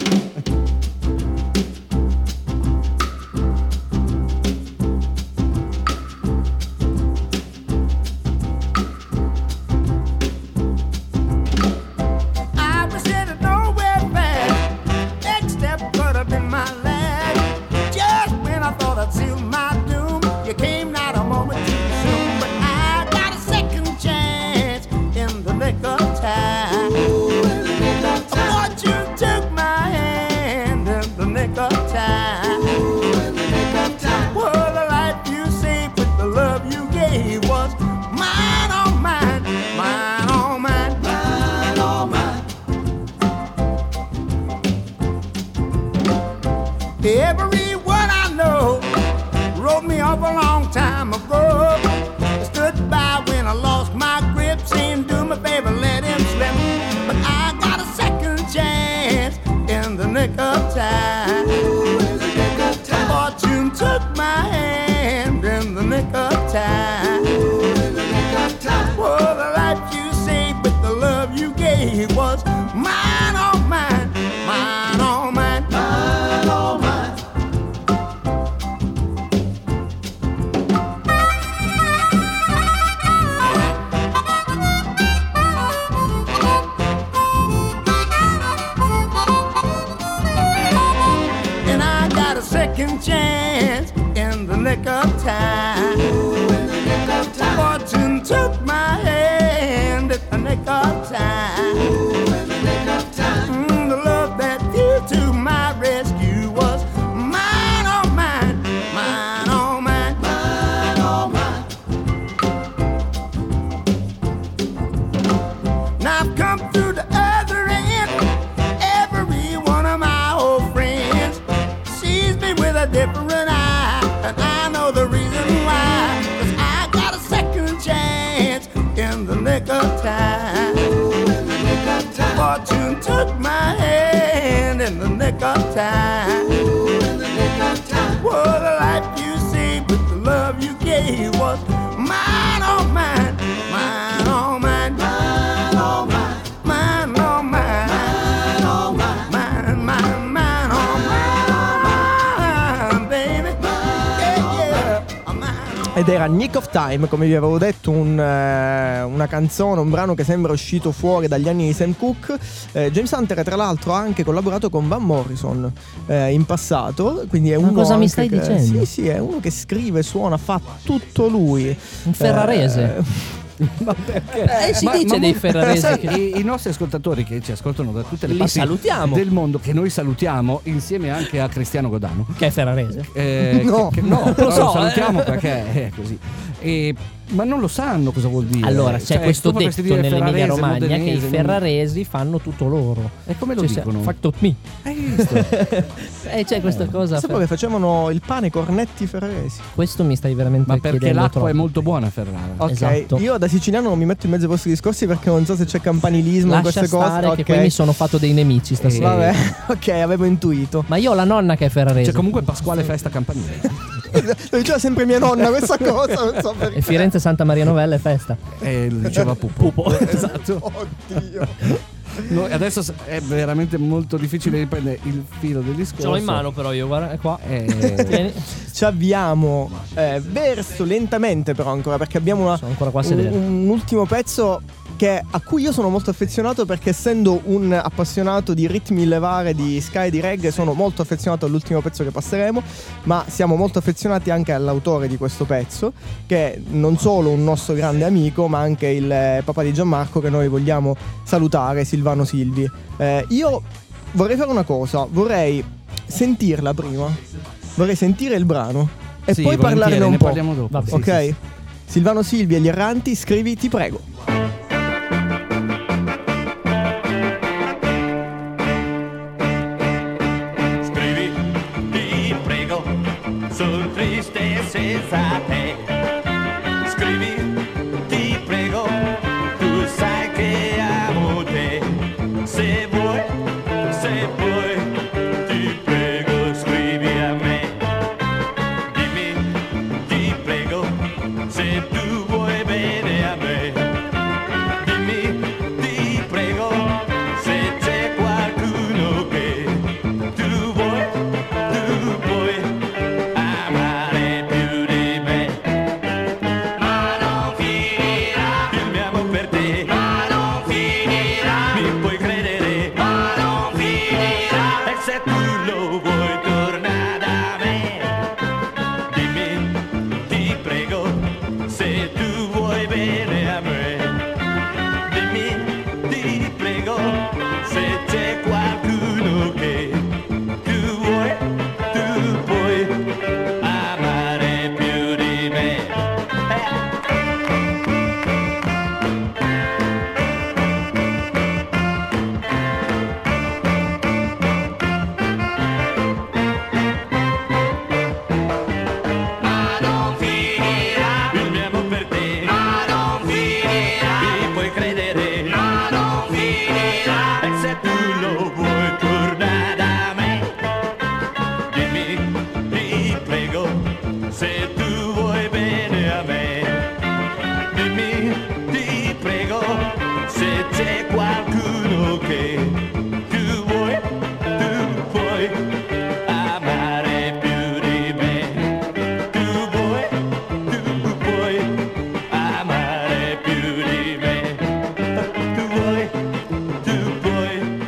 I was headed nowhere fast. Next step could have been my last. Just when I thought I'd sealed my doom, you came not a moment too soon. But I got a second chance in the nick of time. Fortune took my hand in the nick of time. Well, the life you saved with the love you gave was mine, oh mine, mine, oh mine, mine, oh mine. Every word I know wrote me off a long time ago. I stood by when I lost my grip, saying do me a favor, let him slip. But I got a second chance in the nick of time. Fortune took my hand in the nick of time. Well, the life you saved with the love you gave was mine, oh mine, mine, oh mine, mine, oh mine. And I got a second chance in the nick of time. Fortune took my hand at the nick of time. Mm, the love that flew to my rescue was mine, oh mine, mine, oh mine, mine, oh mine. Now I've come through the other end. Every one of my old friends sees me with a different eye, and I know the reason why. 'Cause I got a second chance in the nick of time. Fortune took my hand in the nick of time. Well, the life you saved with the love you gave was mine, oh mine, mine, oh mine, mine, oh mine, mine, oh mine, mine, oh mine, mine, mine, mine, oh mine, baby, yeah, yeah, oh mine, oh
Ed era Nick of Time, come vi avevo detto, un, eh, una canzone, un brano che sembra uscito fuori dagli anni di Sam Cooke. eh, James Hunter tra l'altro ha anche collaborato con Van Morrison eh, in passato, quindi è
Ma
uno
cosa mi
anche
stai
che-
dicendo?
Sì, sì, è uno che scrive, suona, fa tutto lui.
Un ferrarese.
Eh,
Ma perché?
Eh, si
Ma-
dice
ma
dei
mo-
ferraresi
sai,
che-
i, i nostri ascoltatori che ci ascoltano da tutte le
Li
parti
salutiamo.
del mondo, che noi salutiamo insieme anche a Cristiano Godano.
Che è ferrarese.
Eh,
No.
che- che- no,
Lo
però
so,
lo salutiamo
eh.
perché è così. E- ma non lo sanno cosa vuol dire.
Allora, c'è
Cioè,
questo
tu potresti
detto
dire
nell'Emilia
ferrarese,
Romagna che i
modenese, non-
ferraresi fanno tutto loro.
E come lo
Cioè,
dicono?
Fact of me.
Hai visto?
E c'è questa cosa.
Sapevo che facevano il pane ai cornetti ferraresi.
Questo mi stai veramente
Ma perché
chiedendo
l'acqua
troppo.
è molto buona a Ferrara.
Ok,
Esatto.
io da siciliano non mi metto in mezzo ai vostri discorsi perché non so se c'è campanilismo in
Lascia
queste cose.
stare che
Ok.
poi mi sono fatto dei nemici stasera.
Vabbè, ok, avevo intuito.
Ma io ho la nonna che è ferrarese.
C'è comunque Pasquale Festa Campanile.
Lo diceva sempre mia nonna questa cosa, non so perché.
E Firenze Santa Maria Novella è festa.
E lo diceva Pupo.
Pupo.
Esatto.
Oddio.
No, adesso s- è veramente molto difficile riprendere il filo del discorso.
Ce l'ho in mano però io, guarda, è qua.
Eh,
Tieni.
Ci avviamo eh, verso lentamente però ancora, perché abbiamo una,
Sono ancora qua a
un,
sedere.
un ultimo pezzo che, a cui io sono molto affezionato, perché essendo un appassionato di ritmi levare, di ska e di reggae, sono molto affezionato all'ultimo pezzo che passeremo, ma siamo molto affezionati anche all'autore di questo pezzo, che è non solo un nostro grande amico, ma anche il eh, papà di Gianmarco, che noi vogliamo salutare, Silvano Silvi. Eh, io vorrei fare una cosa, vorrei sentirla prima, vorrei sentire il brano e
sì,
poi
volentieri,
parlarne un
ne
po'.
parliamo dopo.
Vabbè.
Sì,
Ok?
sì, sì.
Silvano Silvi e gli erranti, scrivi Ti prego.
Scrivi, ti prego, sul triste senza te. Scrivi, ti prego, tu sai che amo te. Se vuoi, se vuoi, ti prego, scrivi a me. Dimmi, ti prego, se tu vuoi bene a me. Dimmi, ti prego, se c'è qualcuno che tu vuoi, tu vuoi amare più di me. Ma non finirà il mio amore per te. Ma non finirà, mi puoi credere. Ma non finirà, e se tu lo vuoi torna da me. Dimmi, ti prego, se tu vuoi bene a me. Dimmi, ti prego, se c'è qualcuno che tu vuoi, tu puoi amare più di me. Ma non finirà il mio amore per te. Ma non finirà, mi puoi credere. Ma non finirà, e se tu lo vuoi torna da me. Dimmi, ti prego, se tu vuoi bene a me. Dimmi, ti prego, se c'è qualcuno che tu vuoi, tu puoi amare più di me. Tu vuoi, tu puoi amare più di me. Tu vuoi, tu puoi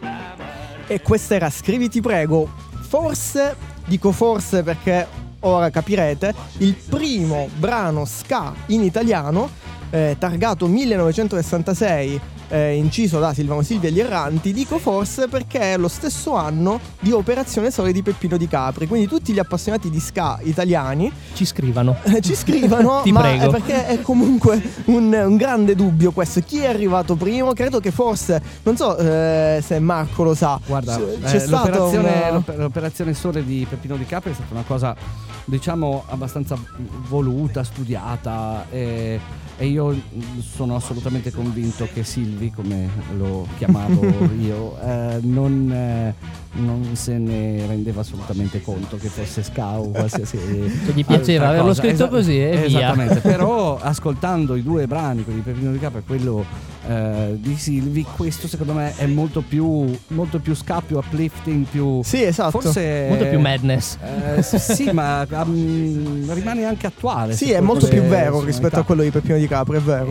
amare.
E questa era Scrivi Ti prego. Forse, dico forse perché ora capirete, il primo brano ska in italiano, eh, targato millenovecentosessantasei, eh, inciso da Silvano Silvi e gli erranti. Dico forse perché è lo stesso anno di Operazione Sole di Peppino Di Capri, quindi tutti gli appassionati di ska italiani
Ci scrivano.
eh, ci scrivano,
Ti
ma
prego.
è perché è comunque un, un grande dubbio questo. Chi è arrivato primo? Credo che forse, non so eh, se Marco lo sa.
Guarda,
c-
eh,
c'è stata
l'operazione,
una...
l'oper- l'operazione Sole di Peppino Di Capri è stata una cosa, diciamo, abbastanza voluta, studiata, e, e io sono assolutamente convinto che Silvi, come lo chiamavo io, eh, non, eh, non se ne rendeva assolutamente conto che fosse ska o qualsiasi
Che gli piaceva
altra
averlo
cosa.
scritto
Esa-
così e via.
esattamente. Però ascoltando i due brani, quelli di Peppino Di Capri e quello eh, di Silvi, questo secondo me è molto più molto più ska, più uplifting, più
Sì, esatto.
forse
Molto più madness.
eh, s- sì, ma um, rimane anche attuale.
Sì,
su
è molto
quelle
più vero rispetto
sonorità.
a quello di Peppino Di Capri, è vero.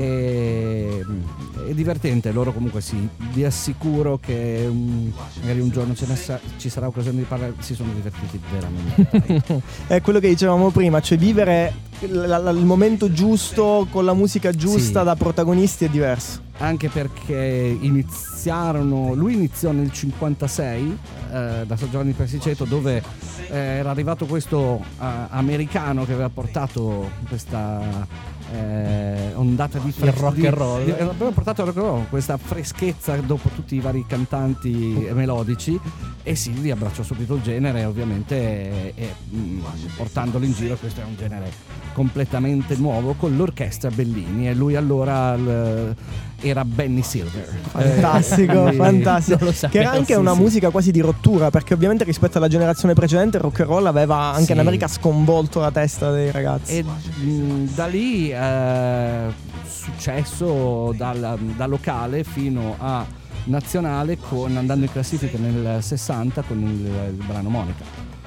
E, è divertente. Loro comunque sì, vi assicuro che um, magari un giorno ce ne sa- ci sarà occasione di parlare. Si sono divertiti veramente.
È quello che dicevamo prima, cioè vivere il, la- il momento giusto con la musica giusta
Sì.
da protagonisti è diverso.
Anche perché iniziarono, lui iniziò nel cinquantasei eh, da San Giovanni Persiceto, dove eh, era arrivato questo eh, americano che aveva portato questa eh, ondata di
Il rock
di-
and roll.
di- aveva portato il rock and roll, questa freschezza dopo tutti i vari cantanti melodici, e Silvi abbracciò subito il genere, ovviamente, e, e, mm, portandolo in giro. Questo è un genere completamente nuovo con l'orchestra Bellini, e lui allora l- era Benny Silver.
Fantastico,
Eh, quindi-
fantastico.
non lo
Che
sapevo,
era anche
sì,
una
sì.
musica quasi di rottura, perché ovviamente rispetto alla generazione precedente il rock and roll aveva anche
Sì.
in America sconvolto la testa dei ragazzi.
E mh, da lì eh, successo dal, da locale fino a nazionale con, andando in classifica nel sessanta con il, il brano Monica.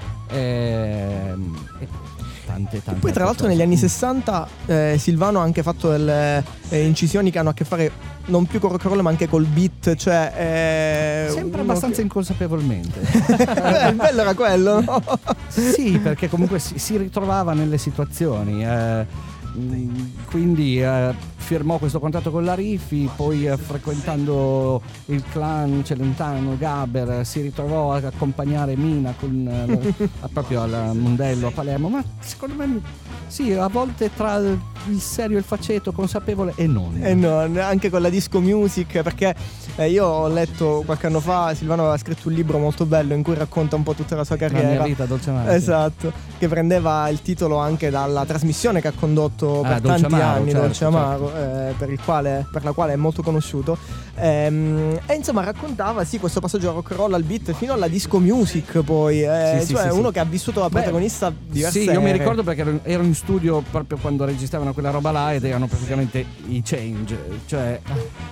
E, e tante, tante
Poi tra l'altro
cose.
negli anni sessanta eh, Silvano ha anche fatto delle eh, incisioni che hanno a che fare non più con rock and roll ma anche col beat, cioè eh,
Sempre
uno
abbastanza
che-
inconsapevolmente.
Eh, il bello era quello, no?
Sì, perché comunque si, si ritrovava nelle situazioni. eh, mm, quindi eh, firmò questo contratto con la Rifi, poi eh, frequentando il clan Celentano, Gaber, eh, si ritrovò ad accompagnare Mina con, eh, a- proprio al Mondello a Palermo. Ma secondo me sì, a volte tra il serio e il faceto, consapevole e non.
E no, anche con la disco music, perché eh, io ho letto qualche anno fa, Silvano aveva scritto un libro molto bello in cui racconta un po' tutta la sua
La
carriera.
mia vita dolce amaro, sì.
Esatto, che prendeva il titolo anche dalla trasmissione che ha condotto
Ah,
per
Dolce
tanti
Amaro,
anni,
certo,
Dolce Amaro, eh, per, il quale, per la quale è molto conosciuto. Ehm, e insomma raccontava sì questo passaggio da rock and roll al beat fino alla disco music poi, eh,
Sì, sì,
cioè
sì,
uno
sì.
che ha vissuto da
Beh,
protagonista diverse
Sì, io mi
ere.
ricordo perché ero, ero in studio proprio quando registravano quella roba là ed erano praticamente i Change, cioè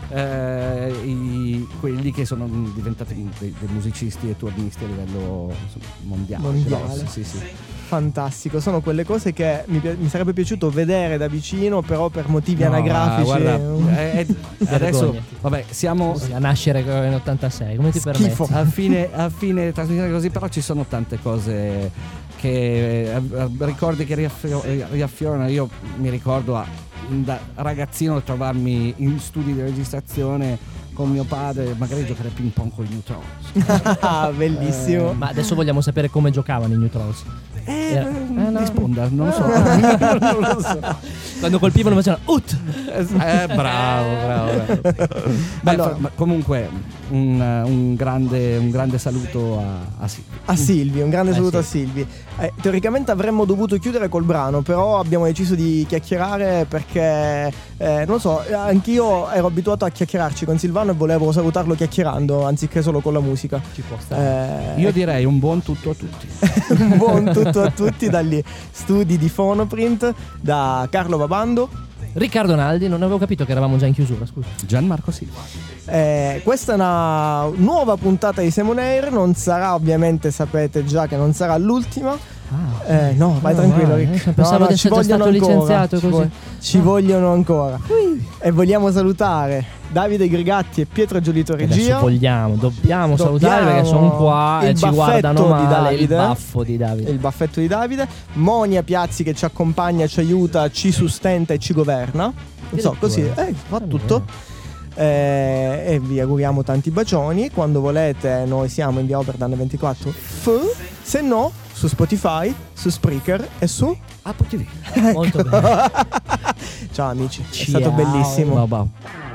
eh, i- quelli che sono diventati dei, dei musicisti e turnisti a livello insomma, mondiale.
Mondiale.
grossi, sì, sì.
Fantastico, sono quelle cose che mi, pi- mi sarebbe piaciuto vedere da vicino, però per motivi
No,
anagrafici.
guarda,
un-
eh, eh, adesso
Vergognati.
vabbè siamo
Scusi, a nascere in ottantasei, come ti
Schifo.
permetti?
a fine, a fine trasmissione così, però ci sono tante cose che eh, ricordi che riaffio- riaffiorano. Io mi ricordo a, da ragazzino trovarmi in studi di registrazione con mio padre, magari giocare a ping pong con i Neutrons.
Ah, bellissimo.
Ma adesso vogliamo sapere come giocavano i New Trolls.
Eh,
Eh, no.
risponda, non lo so. Non lo so.
Quando colpivano facevano ut!
Eh, bravo, bravo. bravo. Beh,
Allora-
fa- ma comunque un, un grande, un grande saluto a, a Silvio.
A Silvi, un grande
Eh,
saluto
sì.
a Silvi. Eh, teoricamente avremmo dovuto chiudere col brano, però abbiamo deciso di chiacchierare perché, eh, non so, anch'io ero abituato a chiacchierarci con Silvano e volevo salutarlo chiacchierando anziché solo con la musica.
Ci può stare.
Eh,
Io direi un buon tutto a tutti.
un buon tutto a tutti dagli studi di Phonoprint, da Carlo Babando.
Riccardo Naldi, non avevo capito che eravamo già in chiusura, scusa.
Gianmarco Silva.
Eh, questa è una nuova puntata di Simon Air, non sarà ovviamente, sapete già che non sarà l'ultima.
Ah.
Eh, no, vai
No,
tranquillo,
vai,
Rick.
eh, pensavo
No,
di
ci
essere già
vogliono
stato
ancora,
licenziato
ci
così.
vo- Ci
Ah.
vogliono ancora. E vogliamo salutare Davide Grigatti e Pietro Giolito
E adesso
Regia.
vogliamo, dobbiamo,
Dobbiamo.
salutare perché sono qua
Il
e ci
baffetto
guardano
di
male.
Davide.
Il baffo di Davide.
Il baffetto di Davide. Monia Piazzi che ci accompagna, ci aiuta, ci sustenta e ci governa. Non so, così eh, fa tutto. Eh, e vi auguriamo tanti bacioni. Quando volete, noi siamo in via Oberdan ventiquattro F. Se no, su Spotify, su Spreaker e su
Apple T V.
Molto bene.
Ciao amici, è
Ciao.
stato bellissimo.
Ciao.